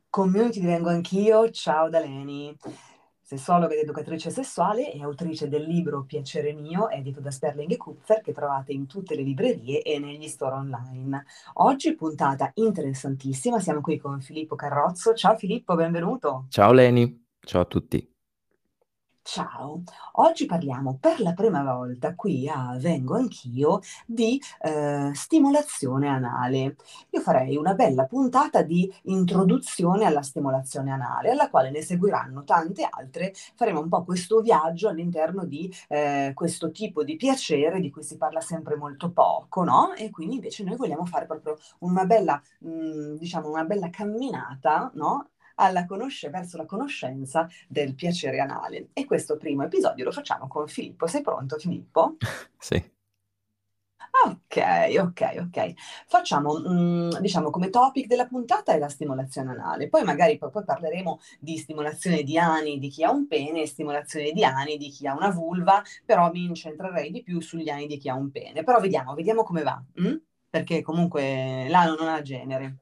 Community divengo anch'io, ciao da Leni, sessuologa ed educatrice sessuale e autrice del libro Piacere mio, edito da Sperling e Kupfer, che trovate in tutte le librerie e negli store online. Oggi puntata interessantissima, siamo qui con Filippo Carrozzo. Ciao Filippo, benvenuto. Ciao Leni, ciao a tutti. Ciao, oggi parliamo per la prima volta qui a Vengo Anch'io di stimolazione anale. Io farei una bella puntata di introduzione alla stimolazione anale, alla quale ne seguiranno tante altre. Faremo un po' questo viaggio all'interno di questo tipo di piacere di cui si parla sempre molto poco, no? E quindi invece noi vogliamo fare proprio una bella, diciamo, una bella camminata, no? Verso la conoscenza del piacere anale. E questo primo episodio lo facciamo con Filippo. Sei pronto, Filippo? Sì. Ok, ok, ok. Facciamo, diciamo, come topic della puntata è la stimolazione anale. Poi magari poi parleremo di stimolazione di ani di chi ha un pene e stimolazione di ani di chi ha una vulva, però mi incentrerei di più sugli ani di chi ha un pene. Però vediamo come va, perché comunque l'ano non ha genere.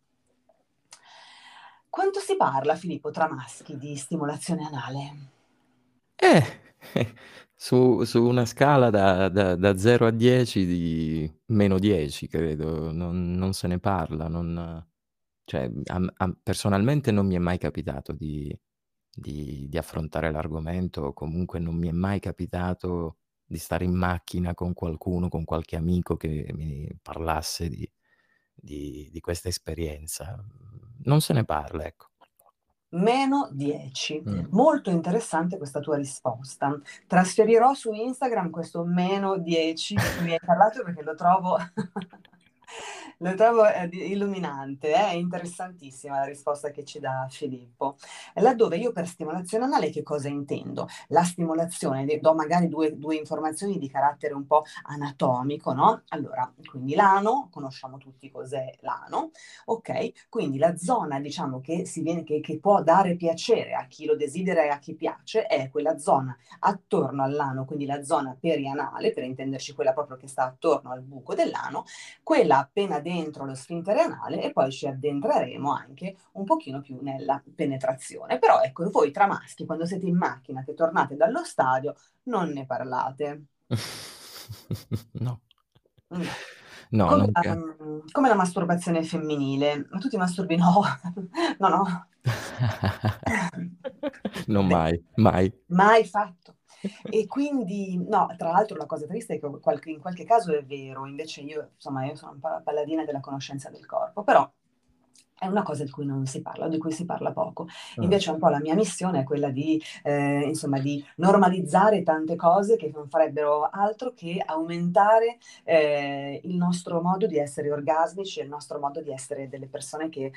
Quanto si parla, Filippo, tra maschi di stimolazione anale? Eh, su una scala da 0 a 10 di meno 10, credo, non se ne parla, cioè, personalmente non mi è mai capitato di affrontare l'argomento, o comunque non mi è mai capitato di stare in macchina con qualcuno, con qualche amico che mi parlasse di questa esperienza. Non se ne parla, ecco. Meno 10. Mm. Molto interessante questa tua risposta. Trasferirò su Instagram questo meno 10 di cui mi hai parlato perché lo trovo, lo trovo illuminante, è interessantissima la risposta che ci dà Filippo. Laddove io per stimolazione anale che cosa intendo? La stimolazione, do magari due informazioni di carattere un po' anatomico, no? Allora, quindi l'ano, conosciamo tutti cos'è l'ano, ok? Quindi la zona, diciamo, che può dare piacere a chi lo desidera e a chi piace è quella zona attorno all'ano, quindi la zona perianale, per intenderci quella proprio che sta attorno al buco dell'ano, quella appena dentro lo sfintere anale e poi ci addentreremo anche un pochino più nella penetrazione. Però ecco, voi tra maschi, quando siete in macchina, che tornate dallo stadio, non ne parlate. No. No. No, Come non la, ca come la masturbazione femminile. Ma tu ti masturbi? No, no, no. non Beh, mai, mai. mai fatto. E quindi, no, tra l'altro la cosa triste è che in qualche caso è vero, invece io, insomma, io sono un po' la paladina della conoscenza del corpo, però è una cosa di cui non si parla, di cui si parla poco. Mh. Invece un po' la mia missione è quella di, insomma, di normalizzare tante cose che non farebbero altro che aumentare il nostro modo di essere orgasmici e il nostro modo di essere delle persone che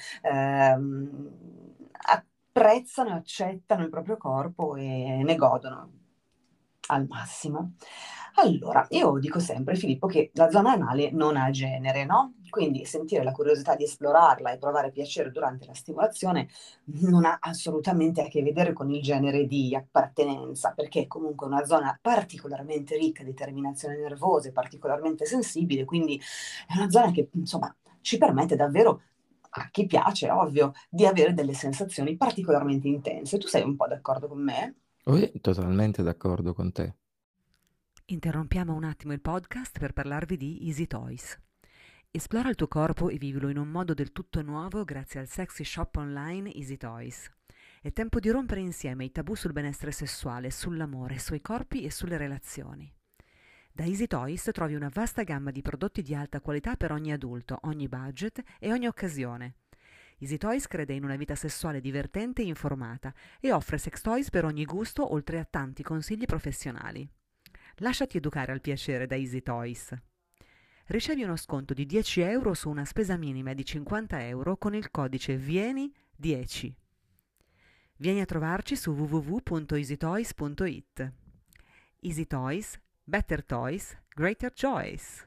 apprezzano e accettano il proprio corpo e ne godono al massimo. Allora, io dico sempre, Filippo, che la zona anale non ha genere, no? Quindi sentire la curiosità di esplorarla e provare piacere durante la stimolazione non ha assolutamente a che vedere con il genere di appartenenza, perché è comunque una zona particolarmente ricca di terminazioni nervose, particolarmente sensibile, quindi è una zona che, insomma, ci permette davvero, a chi piace, ovvio, di avere delle sensazioni particolarmente intense. Tu sei un po' d'accordo con me? Totalmente d'accordo con te. Interrompiamo un attimo il podcast per parlarvi di Easy Toys. Esplora il tuo corpo e vivilo in un modo del tutto nuovo grazie al sexy shop online Easy Toys. È tempo di rompere insieme i tabù sul benessere sessuale, sull'amore, sui corpi e sulle relazioni. Da Easy Toys trovi una vasta gamma di prodotti di alta qualità per ogni adulto, ogni budget e ogni occasione. Easy Toys crede in una vita sessuale divertente e informata e offre sex toys per ogni gusto oltre a tanti consigli professionali. Lasciati educare al piacere da Easy Toys. Ricevi uno sconto di 10 euro su una spesa minima di 50 euro con il codice VIENI10. Vieni a trovarci su www.easytoys.it. Easy Toys, Better Toys, Greater Joys.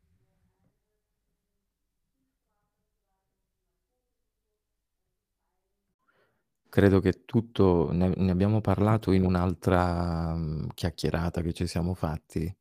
Credo che tutto ne abbiamo parlato in un'altra, chiacchierata che ci siamo fatti,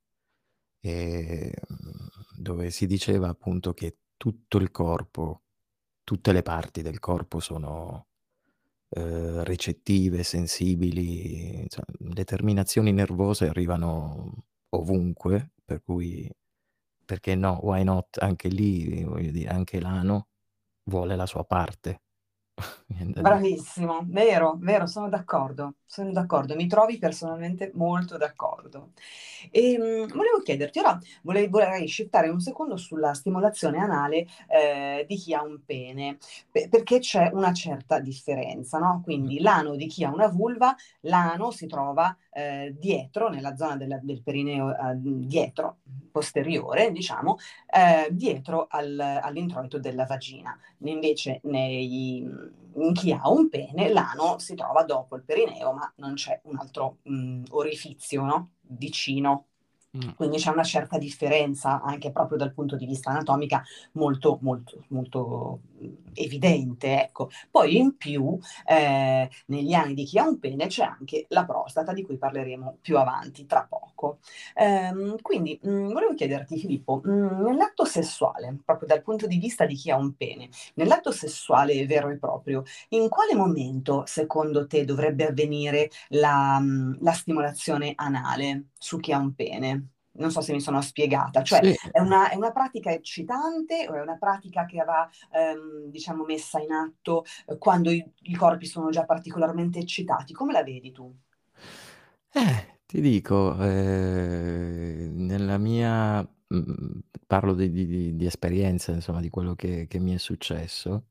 dove si diceva appunto che tutto il corpo, tutte le parti del corpo recettive, sensibili, cioè, le terminazioni nervose arrivano ovunque, per cui perché no, why not? Anche lì, voglio dire, anche l'ano vuole la sua parte. Niente da dire. Bravissimo, vero, vero, sono d'accordo, mi trovi personalmente molto d'accordo. Volevo chiederti, ora vorrei shiftare un secondo sulla stimolazione anale di chi ha un pene, perché c'è una certa differenza, no? Quindi l'ano di chi ha una vulva, l'ano si trova dietro, nella zona del perineo, dietro, posteriore, diciamo, dietro all'introito della vagina. Invece in chi ha un pene, l'ano si trova dopo il perineo, ma non c'è un altro orifizio, no? Vicino. Mm. Quindi c'è una certa differenza anche proprio dal punto di vista anatomica molto, molto, molto evidente, ecco. Poi in più, negli anni di chi ha un pene c'è anche la prostata, di cui parleremo più avanti, tra poco. Quindi volevo chiederti, Filippo, nell'atto sessuale, proprio dal punto di vista di chi ha un pene, nell'atto sessuale vero e proprio, in quale momento secondo te dovrebbe avvenire la stimolazione anale su chi ha un pene? Non so se mi sono spiegata, cioè Sì, è una pratica eccitante o è una pratica che va, diciamo, messa in atto quando i corpi sono già particolarmente eccitati? Come la vedi tu? ti dico, nella mia parlo di esperienza, insomma, di quello che mi è successo,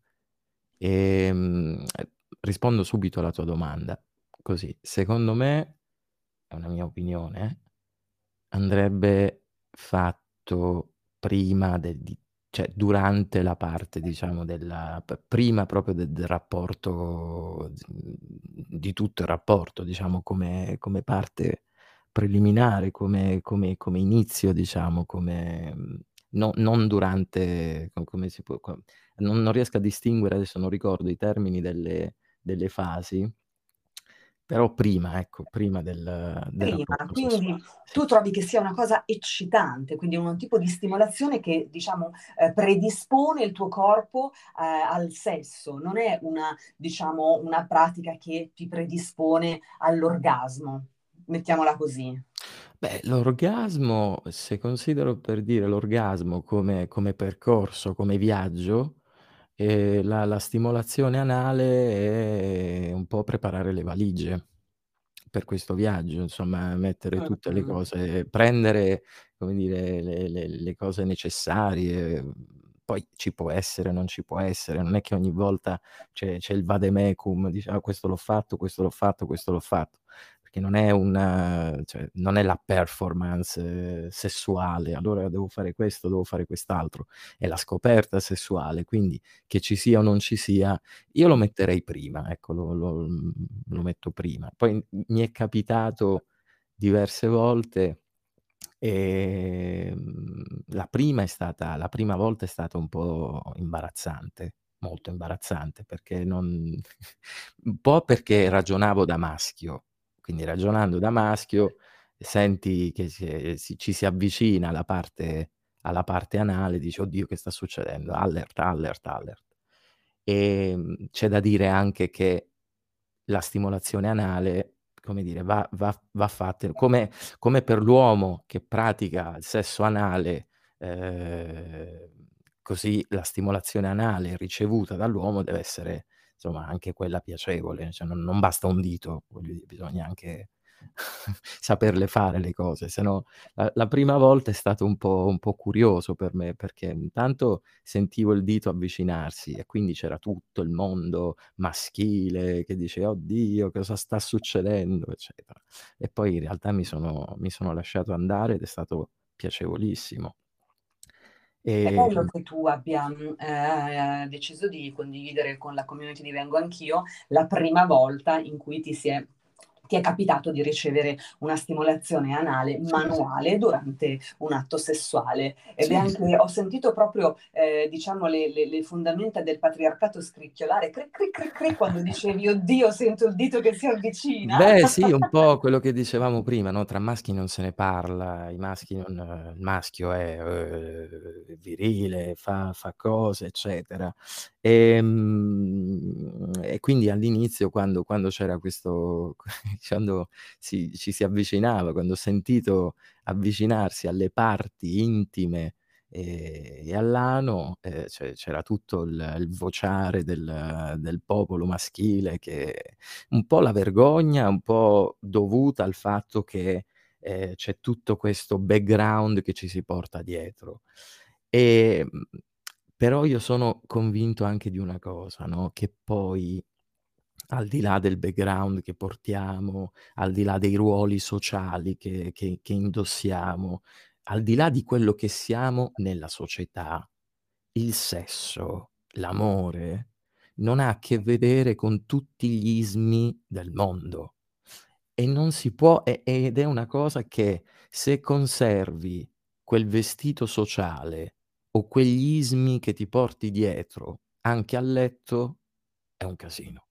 rispondo subito alla tua domanda. Così, secondo me, è una mia opinione, andrebbe fatto prima cioè durante la parte, diciamo, prima proprio del rapporto, di tutto il rapporto, diciamo, come parte preliminare, come inizio, diciamo, non durante, come si può, non riesco a distinguere, adesso non ricordo i termini delle fasi, però prima, ecco, prima del Prima, rapporto quindi sessuale. Sì. tu trovi che sia una cosa eccitante, quindi un tipo di stimolazione che, diciamo, predispone il tuo corpo, al sesso, non è una, diciamo, una pratica che ti predispone all'orgasmo, mettiamola così. Beh, l'orgasmo, se considero, per dire, l'orgasmo come percorso, come viaggio, la stimolazione anale è un po' preparare le valigie per questo viaggio, insomma, mettere tutte le Mm. cose, prendere, come dire, le cose necessarie. Poi ci può essere, non ci può essere, non è che ogni volta c'è il vademecum, dice: "Ah, questo l'ho fatto, questo l'ho fatto, questo l'ho fatto", perché non è cioè, non è la performance sessuale, allora devo fare questo, devo fare quest'altro, è la scoperta sessuale, quindi che ci sia o non ci sia, io lo metterei prima, ecco, lo metto prima. Poi mi è capitato diverse volte, la prima volta è stata un po' imbarazzante, molto imbarazzante, perché non un po' perché ragionavo da maschio, quindi ragionando da maschio senti che ci si avvicina alla parte anale, dici: "Oddio, che sta succedendo? Allert, allert, allert". C'è da dire anche che la stimolazione anale, come dire, va fatta come per l'uomo che pratica il sesso anale, ehm, così la stimolazione anale ricevuta dall'uomo deve essere, insomma, anche quella piacevole, cioè non basta un dito, voglio dire, bisogna anche saperle fare le cose, se no la prima volta è stato un po' curioso per me, perché intanto sentivo il dito avvicinarsi e quindi c'era tutto il mondo maschile che dice: "Oddio, cosa sta succedendo?" Eccetera. E poi in realtà mi sono lasciato andare ed è stato piacevolissimo. È bello Ehm che tu abbia deciso di condividere con la community di Vengo Anch'io la prima volta in cui ti ti è capitato di ricevere una stimolazione anale Sì, sì. manuale durante un atto sessuale. Ed è Sì, sì. anche, ho sentito proprio, diciamo, le fondamenta del patriarcato scricchiolare, cric, cric, cric, cric, quando dicevi, oddio, sento il dito che si avvicina. Beh, sì, un po' quello che dicevamo prima, no, tra maschi non se ne parla, i maschi non il maschio è, virile, fa cose, eccetera. E quindi all'inizio quando c'era questo quando ci si avvicinava, quando ho sentito avvicinarsi alle parti intime, e all'ano, c'era tutto il vociare del popolo maschile, che un po' la vergogna, un po' dovuta al fatto che, c'è tutto questo background che ci si porta dietro. Ehm, Però io sono convinto anche di una cosa, no, che poi al di là del background che portiamo, al di là dei ruoli sociali che indossiamo, al di là di quello che siamo nella società, il sesso, l'amore, non ha a che vedere con tutti gli ismi del mondo e non si può ed è una cosa che se conservi quel vestito sociale o quegli ismi che ti porti dietro anche a letto, è un casino.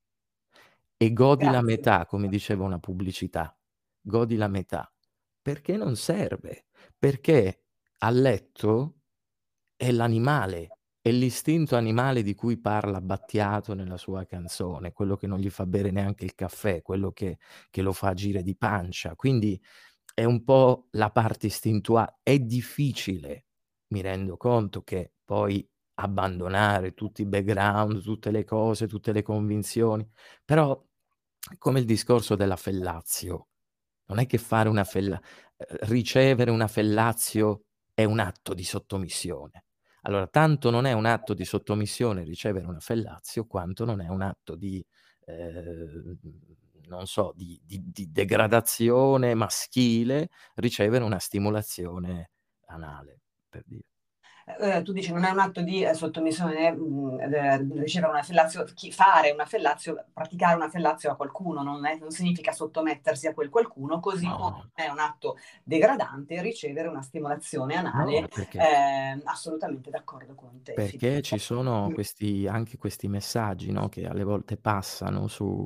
E godi la Grazie. metà, come diceva una pubblicità, godi la metà. Perché non serve, perché a letto è l'animale, è l'istinto animale di cui parla Battiato nella sua canzone, quello che non gli fa bere neanche il caffè, quello che lo fa agire di pancia. Quindi è un po' la parte è difficile, mi rendo conto, che poi abbandonare tutti i background, tutte le cose, tutte le convinzioni, però è come il discorso della fellatio. Non è che fare una ricevere una fellatio è un atto di sottomissione. Allora, tanto non è un atto di sottomissione ricevere una fellatio, quanto non è un atto di, ehm, non so, di degradazione maschile ricevere una stimolazione anale, per dire. Tu dici non è un atto di sottomissione ricevere una fellazio, fare una fellazio, praticare una fellazio a qualcuno, non significa sottomettersi a quel qualcuno, così come No, è un atto degradante ricevere una stimolazione anale. no, perché Assolutamente d'accordo con te, perché ci Filippo. sono anche questi messaggi, no, che alle volte passano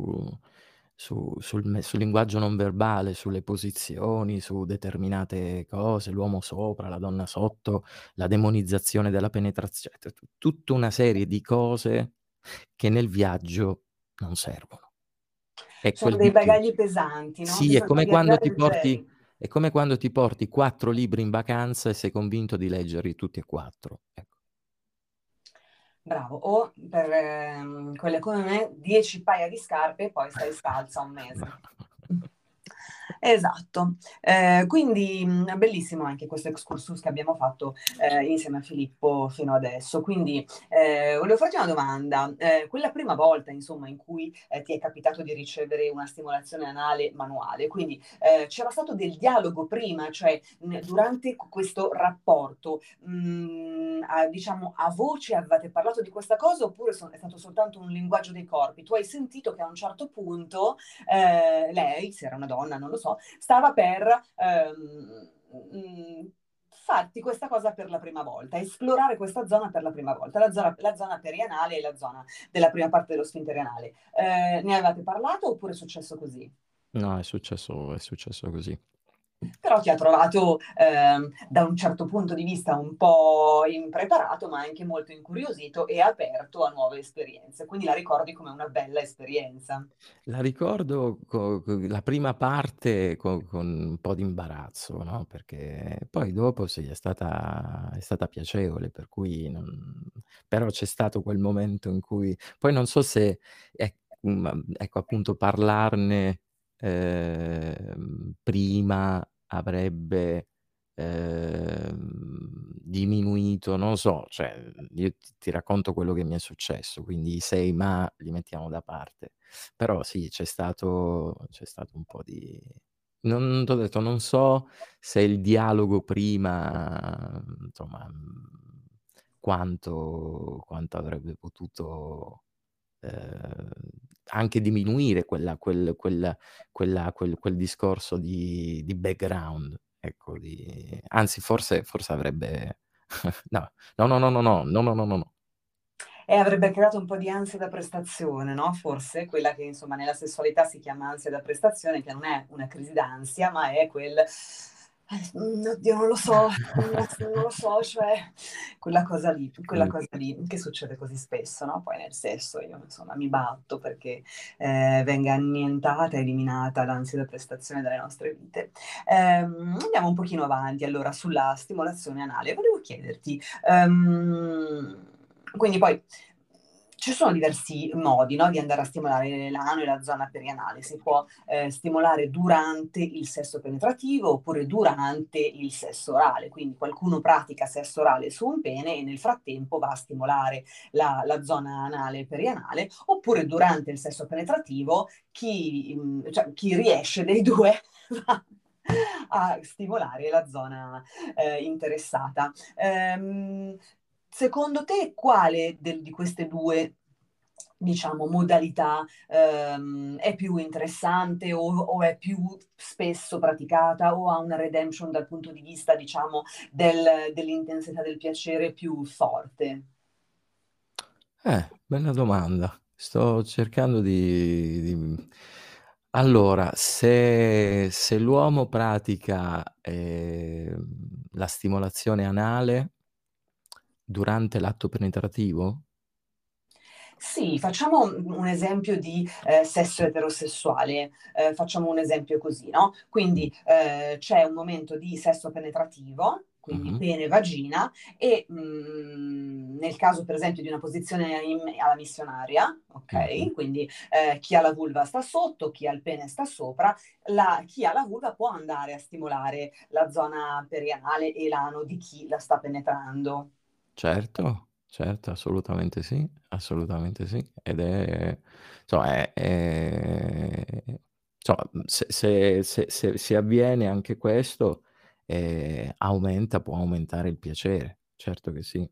sul linguaggio non verbale, sulle posizioni, su determinate cose, l'uomo sopra, la donna sotto, la demonizzazione della penetrazione, tutta una serie di cose che nel viaggio non servono. È Sono quel dei di più. bagagli pesanti, no? Sì, Bisogna viaggiare leggeri. è come quando ti porti 4 libri in vacanza e sei convinto di leggerli tutti e 4, ecco. Bravo, o per quelle come me, 10 paia di scarpe e poi stai scalza un No. mese. Esatto. Quindi è bellissimo anche questo excursus che abbiamo fatto insieme a Filippo fino adesso. Quindi volevo farti una domanda. Quella prima volta, insomma, in cui ti è capitato di ricevere una stimolazione anale manuale, quindi c'era stato del dialogo prima, cioè durante questo rapporto, diciamo a voce avete parlato di questa cosa oppure è stato soltanto un linguaggio dei corpi? Tu hai sentito che a un certo punto lei, se era una donna, non lo so, stava per farti questa cosa per la prima volta, esplorare questa zona per la prima volta, la zona perianale e la zona della prima parte dello sfintere anale. Ne avevate parlato oppure è successo così? No, è successo così. Però ti ha trovato da un certo punto di vista un po' impreparato, ma anche molto incuriosito e aperto a nuove esperienze. Quindi la ricordi come una bella esperienza. La ricordo la prima parte con un po' di imbarazzo, no, perché poi dopo sì, è stata piacevole, per cui non però c'è stato quel momento in cui poi non so se ecco, appunto parlarne, prima avrebbe, diminuito, non lo so, cioè io ti racconto quello che mi è successo, quindi i 6 ma li mettiamo da parte. Però sì, c'è stato un po' di t'ho detto, non so se il dialogo prima, insomma, quanto avrebbe potuto, ehm, anche diminuire quel discorso di background, ecco, anzi forse avrebbe no, no, no, no, no, no, no, no, no, no, no. E avrebbe creato un po' di ansia da prestazione, no? Forse quella che insomma nella sessualità si chiama ansia da prestazione, che non è una crisi d'ansia, ma è oddio, non lo so, non lo so, cioè quella cosa lì che succede così spesso, no? Poi nel sesso io insomma mi batto perché venga annientata, eliminata l'ansia da prestazione dalle nostre vite. Andiamo un pochino avanti allora sulla stimolazione anale. Volevo chiederti, quindi poi ci sono diversi modi, no, di andare a stimolare l'ano e la zona perianale. Si può stimolare durante il sesso penetrativo oppure durante il sesso orale. Quindi qualcuno pratica sesso orale su un pene e nel frattempo va a stimolare la zona anale e perianale, oppure durante il sesso penetrativo cioè, chi riesce dei due va a stimolare la zona interessata. Secondo te quale di queste due, diciamo, modalità è più interessante o è più spesso praticata o ha una redemption dal punto di vista, diciamo, dell'intensità del piacere più forte? Bella domanda. Sto cercando Allora, se l'uomo pratica la stimolazione anale durante l'atto penetrativo? Sì, facciamo un esempio di sesso eterosessuale, facciamo un esempio così, no? Quindi c'è un momento di sesso penetrativo, quindi Mhm, pene-vagina, e nel caso per esempio di una posizione alla missionaria, mhm. ok? Quindi chi ha la vulva sta sotto, chi ha il pene sta sopra, chi ha la vulva può andare a stimolare la zona perianale e l'ano di chi la sta penetrando. Certo, certo, assolutamente sì. Ed è, insomma, insomma, se si avviene anche questo, può aumentare il piacere, certo che sì.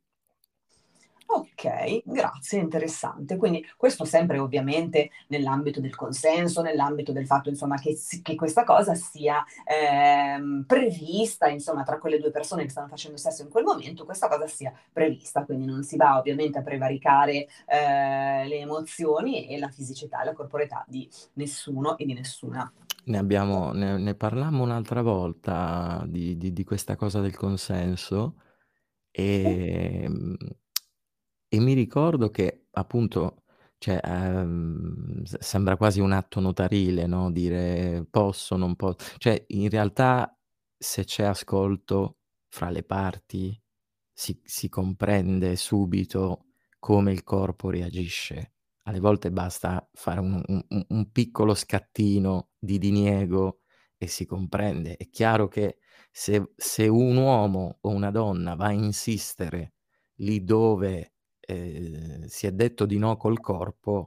Ok, grazie, interessante. Quindi questo sempre ovviamente nell'ambito del consenso, nell'ambito del fatto insomma che questa cosa sia prevista insomma tra quelle due persone che stanno facendo sesso in quel momento, questa cosa sia prevista, quindi non si va ovviamente a prevaricare le emozioni e la fisicità e la corporeità di nessuno e di nessuna. Ne parlammo un'altra volta di questa cosa del consenso e, e mi ricordo che appunto, cioè, sembra quasi un atto notarile, no? Dire posso, non posso. Cioè, in realtà, se c'è ascolto fra le parti, si comprende subito come il corpo reagisce. Alle volte basta fare un piccolo scattino di diniego e si comprende. È chiaro che se un uomo o una donna va a insistere lì dove si è detto di no col corpo,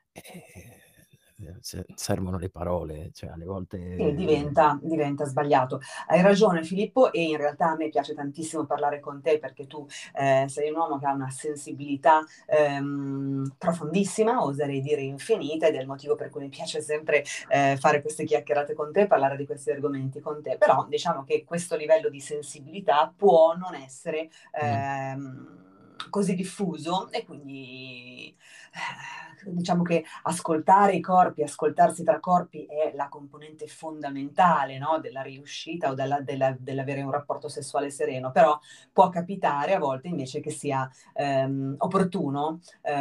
servono le parole, cioè alle Sì, volte diventa sbagliato. Hai ragione Filippo e in realtà a me piace tantissimo parlare con te perché tu sei un uomo che ha una sensibilità profondissima, oserei dire infinita, ed è il motivo per cui mi piace sempre fare queste chiacchierate con te, parlare di questi argomenti con te. Però diciamo che questo livello di sensibilità può non essere mh, così diffuso e quindi diciamo che ascoltare i corpi, ascoltarsi tra corpi è la componente fondamentale, no, della riuscita o dell'avere un rapporto sessuale sereno, però può capitare a volte invece che sia opportuno,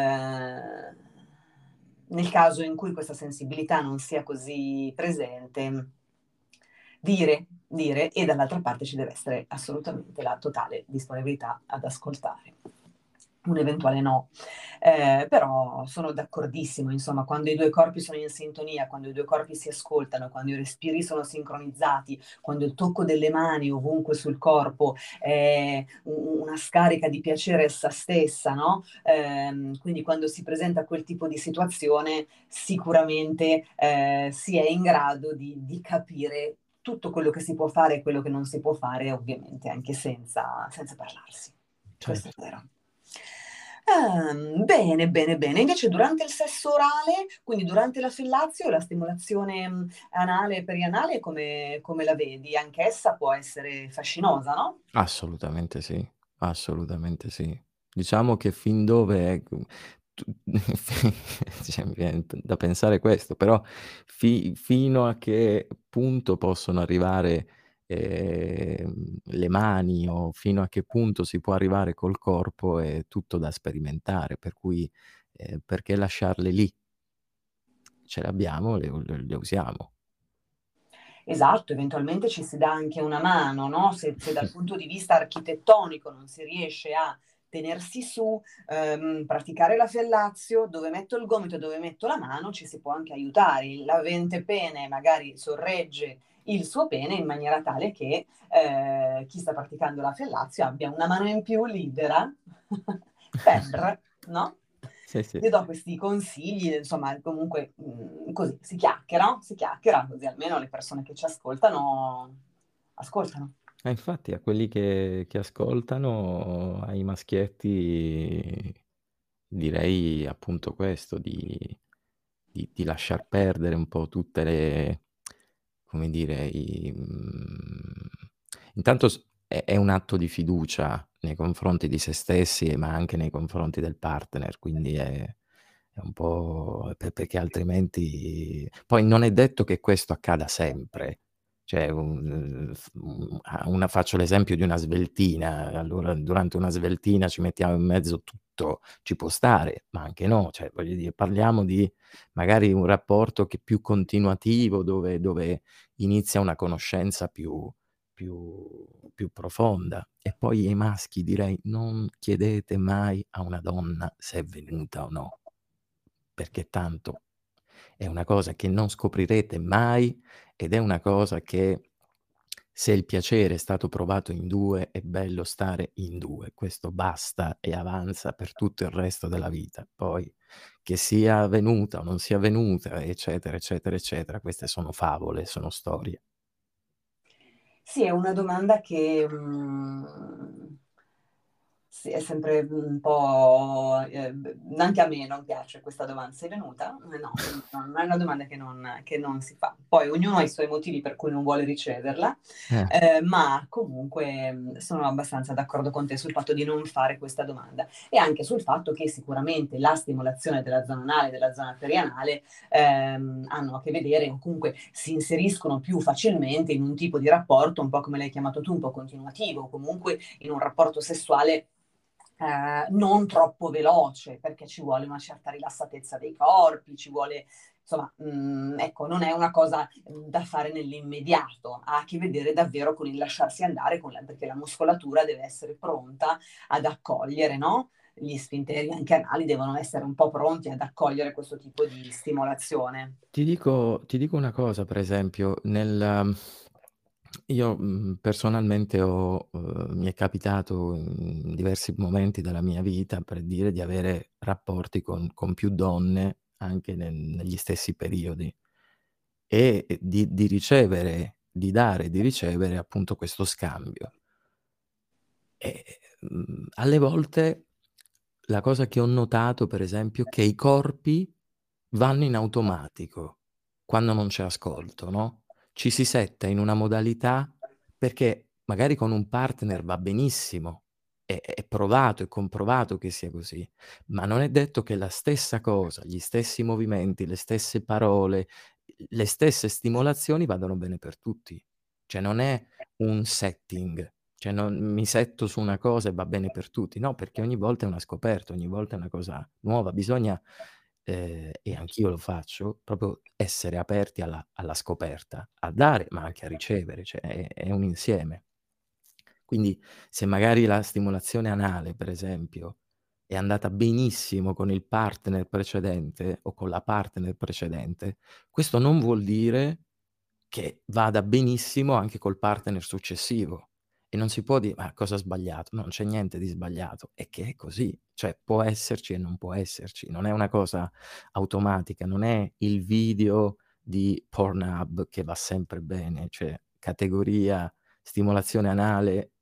nel caso in cui questa sensibilità non sia così presente, dire e dall'altra parte ci deve essere assolutamente la totale disponibilità ad ascoltare un eventuale no. Però sono d'accordissimo, insomma, quando i due corpi sono in sintonia, quando i due corpi si ascoltano, quando i respiri sono sincronizzati, quando il tocco delle mani ovunque sul corpo è una scarica di piacere essa stessa, no? Quindi quando si presenta quel tipo di situazione, sicuramente si è in grado di capire tutto quello che si può fare e quello che non si può fare, ovviamente anche senza parlarsi. Questo è certo. vero. Bene, bene, bene. Invece durante il sesso orale, quindi durante la fellazio, la stimolazione anale e perianale, come la vedi? Anch'essa può essere fascinosa, no? Assolutamente sì, assolutamente sì. Diciamo che fin dove tu cioè mi vien da pensare questo, però fino a che punto possono arrivare, le mani o fino a che punto si può arrivare col corpo è tutto da sperimentare, per cui, perché lasciarle lì? Ce l'abbiamo, le usiamo. Esatto, eventualmente ci si dà anche una mano, no? Se dal punto di vista architettonico non si riesce a tenersi su, praticare la fellazio, dove metto il gomito, dove metto la mano, ci si può anche aiutare. L'avente pene magari sorregge il suo pene in maniera tale che chi sta praticando la fellazio abbia una mano in più libera per, no? Sì, sì. Io do questi consigli, insomma, comunque così si chiacchiera, così almeno le persone che ci ascoltano, ascoltano. Infatti a quelli che ascoltano, ai maschietti direi appunto questo, di lasciar perdere un po' tutte le, come dire, intanto è un atto di fiducia nei confronti di se stessi, ma anche nei confronti del partner, quindi è un po' perché altrimenti poi non è detto che questo accada sempre. Cioè faccio l'esempio di una sveltina, allora durante una sveltina ci mettiamo in mezzo tutto, ci può stare, ma anche no, cioè voglio dire, parliamo di magari un rapporto che è più continuativo, dove inizia una conoscenza più profonda. E poi ai maschi direi: non chiedete mai a una donna se è venuta o no, perché tanto è una cosa che non scoprirete mai ed è una cosa che se il piacere è stato provato in 2 è bello stare in 2. Questo basta e avanza per tutto il resto della vita. Poi che sia venuta o non sia venuta, eccetera, eccetera, eccetera, queste sono favole, sono storie. Sì, è una domanda che sì, è sempre un po'... anche a me non piace questa domanda. Sei venuta? No, non è una domanda che non si fa. Poi ognuno ha i suoi motivi per cui non vuole riceverla, Eh, ma comunque sono abbastanza d'accordo con te sul fatto di non fare questa domanda e anche sul fatto che sicuramente la stimolazione della zona anale e della zona perianale hanno a che vedere o comunque si inseriscono più facilmente in un tipo di rapporto, un po' come l'hai chiamato tu, un po' continuativo, comunque in un rapporto sessuale non troppo veloce, perché ci vuole una certa rilassatezza dei corpi, ci vuole, insomma, ecco, non è una cosa da fare nell'immediato, ha a che vedere davvero con il lasciarsi andare, perché la muscolatura deve essere pronta ad accogliere, no? Gli sfinteri anche anali devono essere un po' pronti ad accogliere questo tipo di stimolazione. ti dico una cosa, per esempio, io, personalmente mi è capitato in diversi momenti della mia vita, per dire, di avere rapporti con più donne anche negli stessi periodi e di ricevere, di dare e di ricevere appunto questo scambio. E, alle volte la cosa che ho notato, per esempio, che i corpi vanno in automatico quando non c'è ascolto, no, ci si setta in una modalità perché magari con un partner va benissimo, è provato, è comprovato che sia così, ma non è detto che la stessa cosa, gli stessi movimenti, le stesse parole, le stesse stimolazioni vadano bene per tutti. Cioè non è un setting, cioè non mi setto su una cosa e va bene per tutti, no, perché ogni volta è una scoperta, ogni volta è una cosa nuova. Bisogna, e anch'io lo faccio, proprio essere aperti alla scoperta, a dare ma anche a ricevere, cioè è un insieme. Quindi se magari la stimolazione anale, per esempio, è andata benissimo con il partner precedente o con la partner precedente, questo non vuol dire che vada benissimo anche col partner successivo. E non si può "Ma cosa ho sbagliato?" No, non c'è niente di sbagliato, è che è così. Cioè può esserci e non può esserci, non è una cosa automatica, non è il video di Pornhub che va sempre bene, cioè categoria stimolazione anale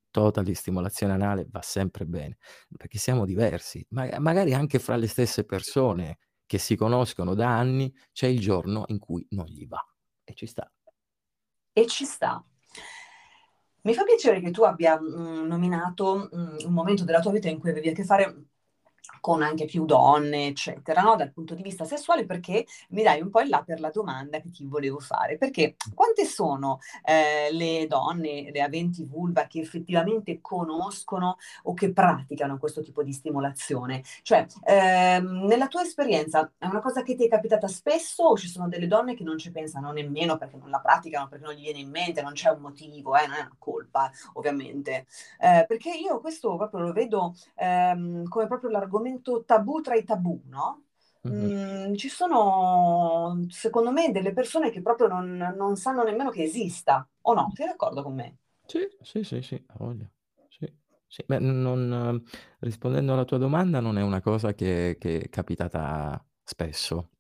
totally stimolazione anale va sempre bene, perché siamo diversi, magari anche fra le stesse persone che si conoscono da anni, c'è il giorno in cui non gli va e ci sta. E ci sta. Mi fa piacere che tu abbia nominato un momento della tua vita in cui avevi a che fare con anche più donne, eccetera, no? Dal punto di vista sessuale, perché mi dai un po' in là per la domanda che ti volevo fare. Perché quante sono le donne, le aventi vulva, che effettivamente conoscono o che praticano questo tipo di stimolazione? Cioè, nella tua esperienza è una cosa che ti è capitata spesso o ci sono delle donne che non ci pensano nemmeno perché non la praticano, perché non gli viene in mente, non c'è un motivo, non è una colpa, ovviamente. Perché io questo proprio lo vedo come proprio l'argomento tabù tra i tabù, no? Mhm. Ci sono, secondo me, delle persone che proprio non sanno nemmeno che esista, o no? Sei d'accordo con me? Sì, sì, sì, sì, ha voglia. Sì, sì. Beh, rispondendo alla tua domanda, non è una cosa che è capitata spesso.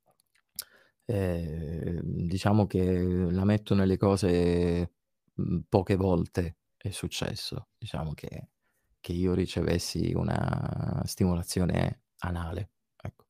Diciamo che la metto nelle cose, poche volte è successo, diciamo che io ricevessi una stimolazione anale, ecco.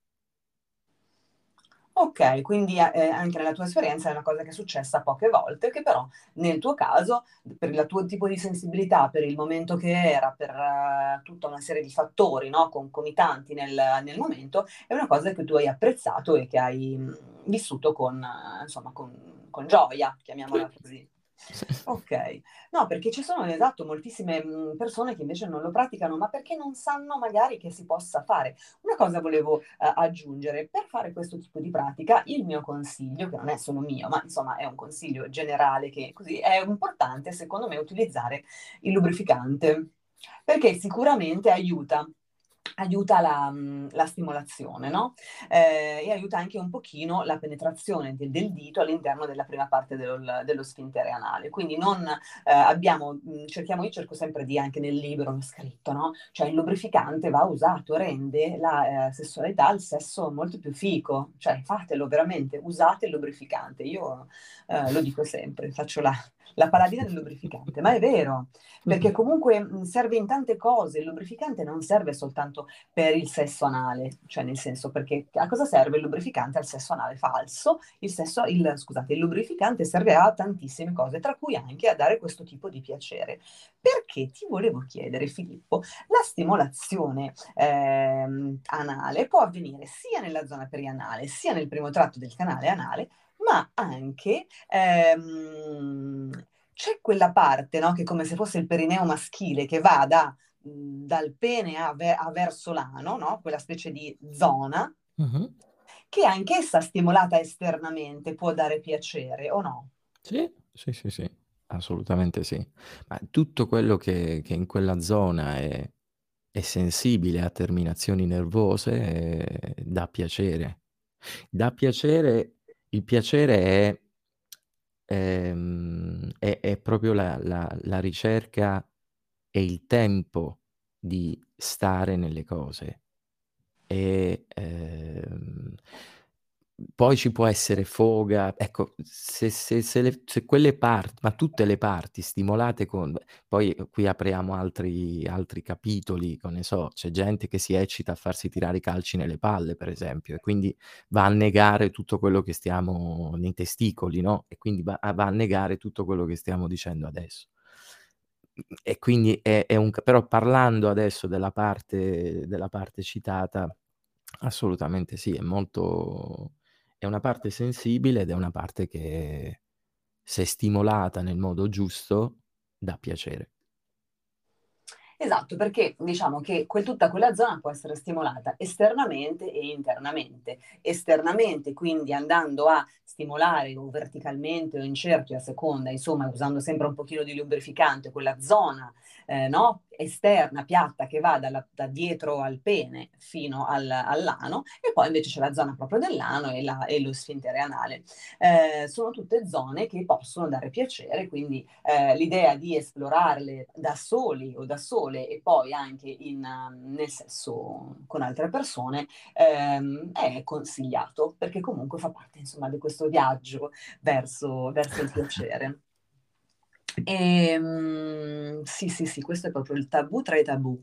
Ok, quindi anche nella tua esperienza è una cosa che è successa poche volte, che però nel tuo caso, per il tuo tipo di sensibilità, per il momento che era, per tutta una serie di fattori, no, concomitanti nel momento, è una cosa che tu hai apprezzato e che hai vissuto con, insomma, con gioia, Sì, chiamiamola così. sì. Ok, no, perché ci sono esatto moltissime persone che invece non lo praticano, ma perché non sanno magari che si possa fare. Una cosa volevo aggiungere, per fare questo tipo di pratica, il mio consiglio, che non è solo mio, ma insomma è un consiglio generale che così è importante secondo me utilizzare il lubrificante, perché sicuramente aiuta la stimolazione, no? E aiuta anche un pochino la penetrazione del dito all'interno della prima parte dello sfintere anale. Quindi non cerchiamo, io cerco sempre di, anche nel libro, l'ho scritto, no? Cioè il lubrificante va usato, rende la sessualità, il sesso molto più fico. Cioè fatelo veramente, usate il lubrificante. Io lo dico sempre, faccio la paladina del lubrificante, ma è vero, perché comunque serve in tante cose, il lubrificante non serve soltanto per il sesso anale, cioè nel senso perché a cosa serve il lubrificante al sesso anale falso? Scusate, il lubrificante serve a tantissime cose, tra cui anche a dare questo tipo di piacere. Perché ti volevo chiedere, Filippo, la stimolazione anale può avvenire sia nella zona perianale, sia nel primo tratto del canale anale, ma anche c'è quella parte, no, che è come se fosse il perineo maschile che va dal pene verso l'ano, no? Quella specie di zona, Mhm. che anch'essa stimolata esternamente può dare piacere, o no? Sì, sì, sì, sì, assolutamente sì. Ma tutto quello che in quella zona è sensibile a terminazioni nervose dà piacere. Dà piacere, il piacere è proprio la ricerca e il tempo di stare nelle cose. E poi ci può essere foga, ecco, se quelle parti, ma tutte le parti stimolate poi qui apriamo altri capitoli, che ne so, c'è gente che si eccita a farsi tirare i calci nelle palle, per esempio, e quindi va a negare tutto quello che stiamo nei testicoli, no? E quindi va a negare tutto quello che stiamo dicendo adesso. E quindi però parlando adesso della parte citata, assolutamente sì, è una parte sensibile ed è una parte che, se stimolata nel modo giusto, dà piacere. Esatto, perché diciamo che tutta quella zona può essere stimolata esternamente e internamente. Esternamente, quindi andando a stimolare o verticalmente o in cerchio a seconda, insomma, usando sempre un pochino di lubrificante, quella zona no? Esterna, piatta, che va da dietro al pene fino all'ano, e poi invece c'è la zona proprio dell'ano e lo sfintere anale. Sono tutte zone che possono dare piacere, quindi l'idea di esplorarle da soli o da sole e poi anche nel sesso con altre persone è consigliato perché comunque fa parte insomma di questo viaggio verso il piacere. Sì, sì, sì, questo è proprio il tabù tra i tabù.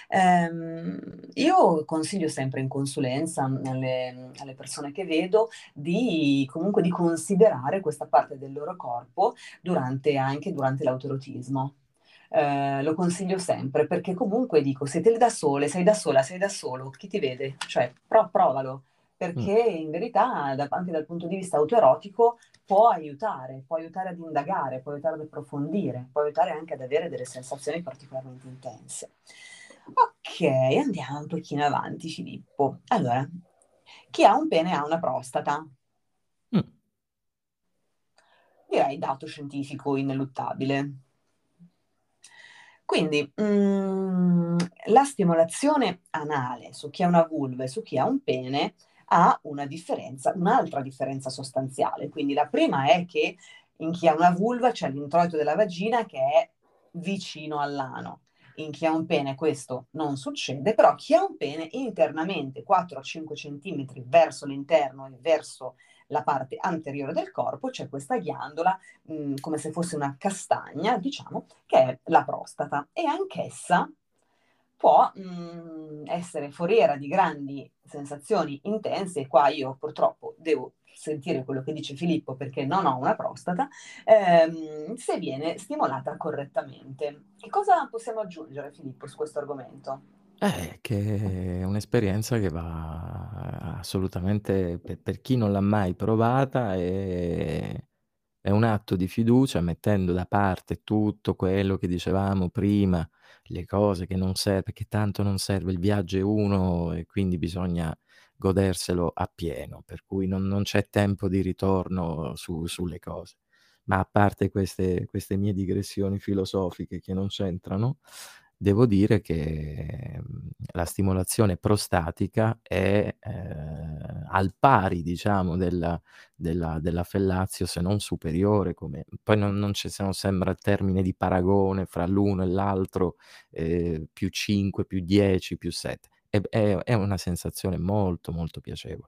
Io consiglio sempre in consulenza alle persone che vedo di comunque di considerare questa parte del loro corpo anche durante l'autorotismo. Lo consiglio sempre perché comunque dico, siete da sole, sei da sola, sei da solo, chi ti vede? Cioè, provalo, Mm. perché in verità anche dal punto di vista autoerotico può aiutare ad indagare, può aiutare ad approfondire, può aiutare anche ad avere delle sensazioni particolarmente intense. Ok, andiamo un pochino avanti, Filippo. Allora, chi ha un pene ha una prostata. Mm. Direi dato scientifico ineluttabile. Quindi, la stimolazione anale su chi ha una vulva e su chi ha un pene ha un'altra differenza sostanziale. Quindi la prima è che in chi ha una vulva c'è l'introito della vagina che è vicino all'ano. In chi ha un pene questo non succede, però chi ha un pene internamente 4-5 centimetri verso l'interno e verso la parte anteriore del corpo c'è questa ghiandola, come se fosse una castagna, diciamo, che è la prostata, e anch'essa può essere foriera di grandi sensazioni intense. E qua io purtroppo devo sentire quello che dice Filippo perché non ho una prostata, se viene stimolata correttamente. Che cosa possiamo aggiungere, Filippo, su questo argomento? Che è un'esperienza che va assolutamente, per chi non l'ha mai provata, è un atto di fiducia, mettendo da parte tutto quello che dicevamo prima, le cose che non serve, che tanto non serve, il viaggio è uno e quindi bisogna goderselo appieno, per cui non c'è tempo di ritorno sulle cose. Ma a parte queste mie digressioni filosofiche che non c'entrano, devo dire che la stimolazione prostatica è al pari, diciamo, della fellatio, se non superiore. Poi non c'è, se non sembra il termine di paragone fra l'uno e l'altro, più 5, più 10, più 7. È una sensazione molto, molto piacevole.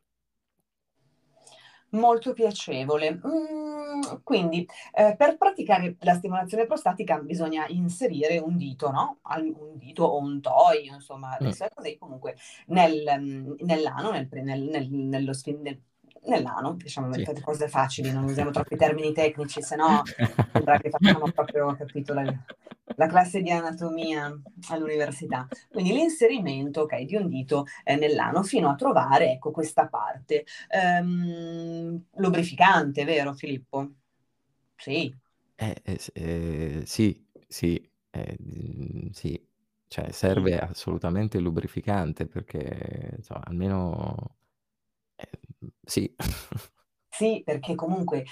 Molto piacevole. Quindi, per praticare la stimolazione prostatica bisogna inserire un dito, no? Un dito o un toy, insomma, Mm. adesso è così, comunque, nell'ano, nell'ano, diciamo, Sì. fate cose facili, non usiamo troppi termini tecnici, se no sembra che facciamo proprio, capito, la classe di anatomia all'università. Quindi l'inserimento, ok, di un dito nell'ano fino a trovare, ecco, questa parte. Lubrificante, vero Filippo? Sì. Sì, sì, sì, cioè Mm. serve assolutamente il lubrificante perché, insomma, almeno sì. Sì, perché comunque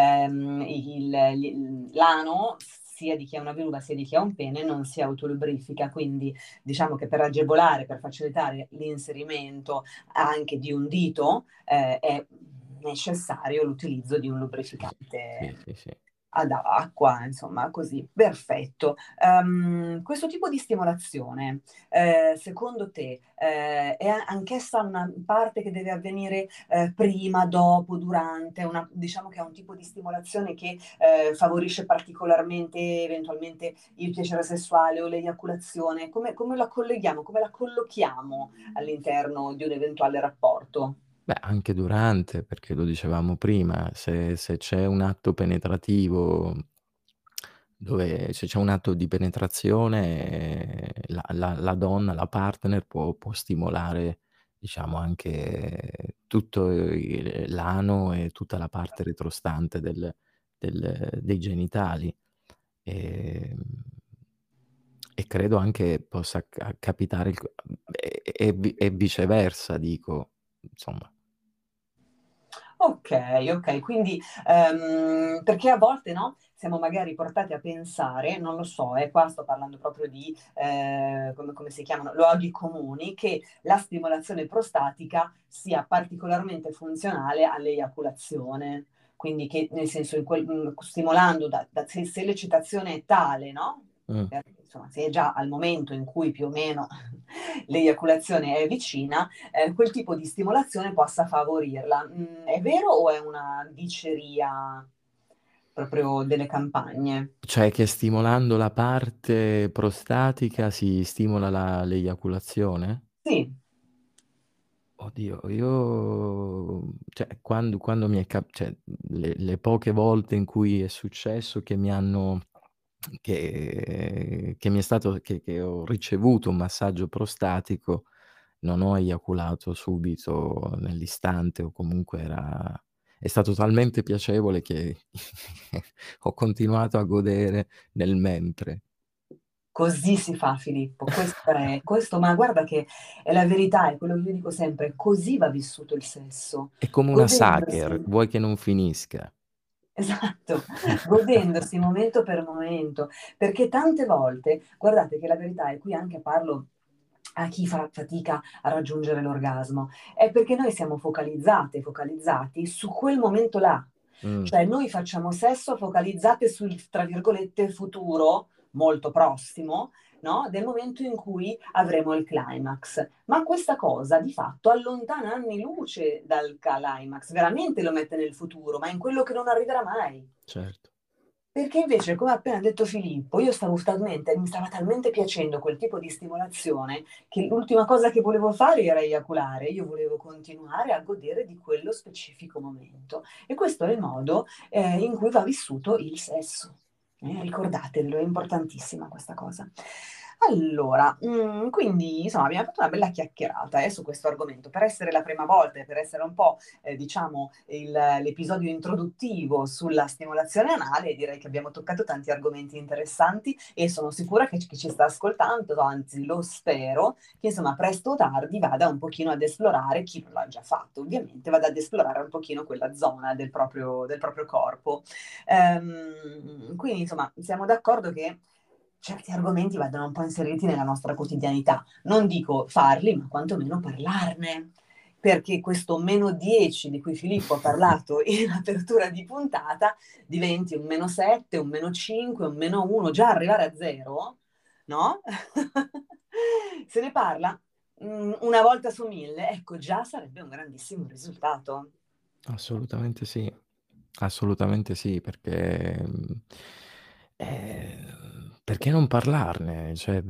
l'ano, sia di chi ha una vulva sia di chi ha un pene, non si autolubrifica, quindi diciamo che per agevolare, per facilitare l'inserimento anche di un dito, è necessario l'utilizzo di un Sì, sì, lubrificante sì, sì. ad acqua, insomma, così. Perfetto. Questo tipo di stimolazione, secondo te, è anch'essa una parte che deve avvenire prima, dopo, durante? Diciamo che è un tipo di stimolazione che favorisce particolarmente eventualmente il piacere sessuale o l'eiaculazione? Come la colleghiamo, come la collochiamo all'interno di un eventuale rapporto? Beh, anche durante, perché lo dicevamo prima, se c'è un atto penetrativo, dove se c'è un atto di penetrazione, la donna, la partner può stimolare, diciamo, anche tutto l'ano e tutta la parte retrostante dei genitali. Ehm, e credo anche possa capitare e viceversa, dico, insomma. Ok, ok, quindi perché a volte no, siamo magari portati a pensare, non lo so, qua sto parlando proprio di, come si chiamano, luoghi comuni, che la stimolazione prostatica sia particolarmente funzionale all'eiaculazione. Quindi che nel senso, stimolando, se l'eccitazione è tale, no? Mh. Insomma, se è già al momento in cui più o meno l'eiaculazione è vicina, quel tipo di stimolazione possa favorirla. È vero o è una diceria proprio delle campagne. Cioè che stimolando la parte prostatica si stimola l'eiaculazione? Sì, Oddio, io cioè quando mi è cioè le poche volte in cui è successo che mi hanno che mi è stato che ho ricevuto un massaggio prostatico, non ho eiaculato subito nell'istante o comunque è stato talmente piacevole che ho continuato a godere nel mentre. così si fa, Filippo. Questo, ma guarda che è la verità, è quello che io dico sempre, così va vissuto il sesso, È come una Sacher, godendosi. vuoi che non finisca. Esatto, godendosi momento per momento, perché tante volte, guardate che la verità, e qui anche parlo a chi fa fatica a raggiungere l'orgasmo, è perché noi siamo focalizzate, focalizzati su quel momento là, Mh, cioè noi facciamo sesso focalizzate sul, tra virgolette, futuro molto prossimo, no? Del momento in cui avremo il climax. Ma questa cosa di fatto allontana anni luce dal climax, veramente lo mette nel futuro, ma in quello che non arriverà mai. certo. Perché invece, come ha appena detto Filippo, mi stava talmente piacendo quel tipo di stimolazione che l'ultima cosa che volevo fare era eiaculare, io volevo continuare a godere di quello specifico momento. E questo è il modo in cui va vissuto il sesso. Ricordatelo, è importantissima questa cosa. Allora, quindi insomma abbiamo fatto una bella chiacchierata su questo argomento. Per essere la prima volta e per essere un po' diciamo, l'episodio introduttivo sulla stimolazione anale, direi che abbiamo toccato tanti argomenti interessanti e sono sicura che chi ci sta ascoltando, anzi lo spero, che insomma presto o tardi vada un pochino ad esplorare, chi non l'ha già fatto ovviamente, vada ad esplorare un pochino quella zona del proprio corpo. Quindi insomma siamo d'accordo che certi argomenti vadano un po' inseriti nella nostra quotidianità. Non dico farli, ma quantomeno parlarne, perché questo -10 di cui Filippo ha parlato in apertura di puntata diventi un -7, un -5, un -1, già arrivare a 0, no? Se ne parla una volta su 1000, ecco, già sarebbe un grandissimo risultato. Assolutamente sì, perché non parlarne? Cioè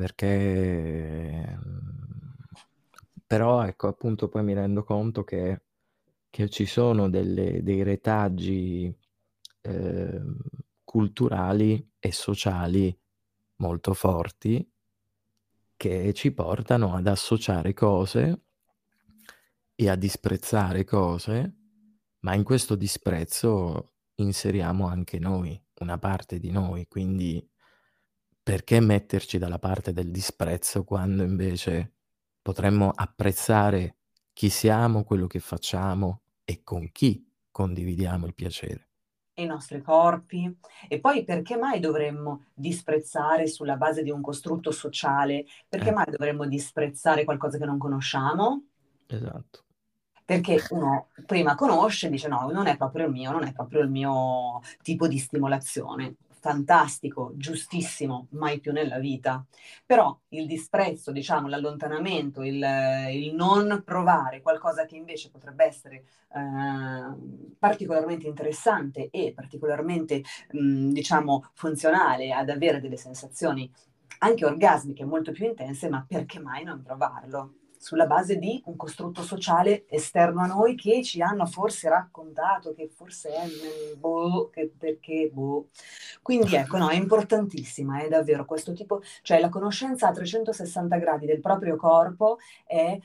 però ecco, appunto poi mi rendo conto che ci sono dei retaggi, ehm, culturali e sociali molto forti che ci portano ad associare cose e a disprezzare cose, ma in questo disprezzo inseriamo anche noi, una parte di noi, quindi perché metterci dalla parte del disprezzo quando invece potremmo apprezzare chi siamo, quello che facciamo e con chi condividiamo il piacere. I nostri corpi. E poi perché mai dovremmo disprezzare sulla base di un costrutto sociale? Perché Eh, mai dovremmo disprezzare qualcosa che non conosciamo? esatto. Perché uno prima conosce e dice no, non è proprio il mio, non è proprio il mio tipo di stimolazione. Fantastico, giustissimo, mai più nella vita. Però il disprezzo, diciamo, l'allontanamento, il non provare qualcosa che invece potrebbe essere particolarmente interessante e particolarmente, diciamo, funzionale ad avere delle sensazioni anche orgasmiche molto più intense, ma perché mai non provarlo? Sulla base di un costrutto sociale esterno a noi che ci hanno forse raccontato che forse è boh, che perché boh. Quindi ecco, no, è importantissima, è davvero questo tipo, cioè la conoscenza a 360 gradi del proprio corpo è,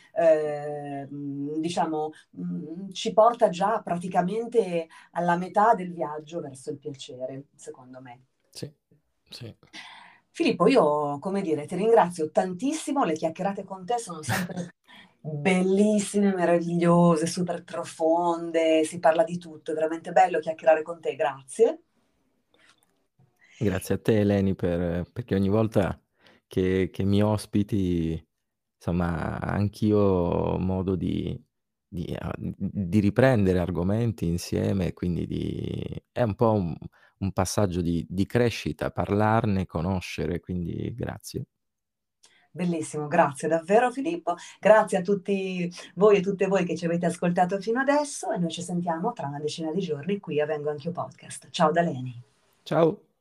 diciamo, ci porta già praticamente alla metà del viaggio verso il piacere, secondo me. Sì, sì. Filippo, io, come dire, ti ringrazio tantissimo, le chiacchierate con te sono sempre bellissime, meravigliose, super profonde, si parla di tutto, è veramente bello chiacchierare con te, grazie. Grazie a te Eleni perché ogni volta che mi ospiti, insomma, anch'io ho modo di riprendere argomenti insieme, e quindi è un po' un passaggio di crescita, parlarne, conoscere, quindi grazie. Bellissimo, grazie davvero Filippo, grazie a tutti voi e tutte voi che ci avete ascoltato fino adesso e noi ci sentiamo tra una decina di giorni qui a Vengo Anch'io Podcast. Ciao da Leni. Ciao.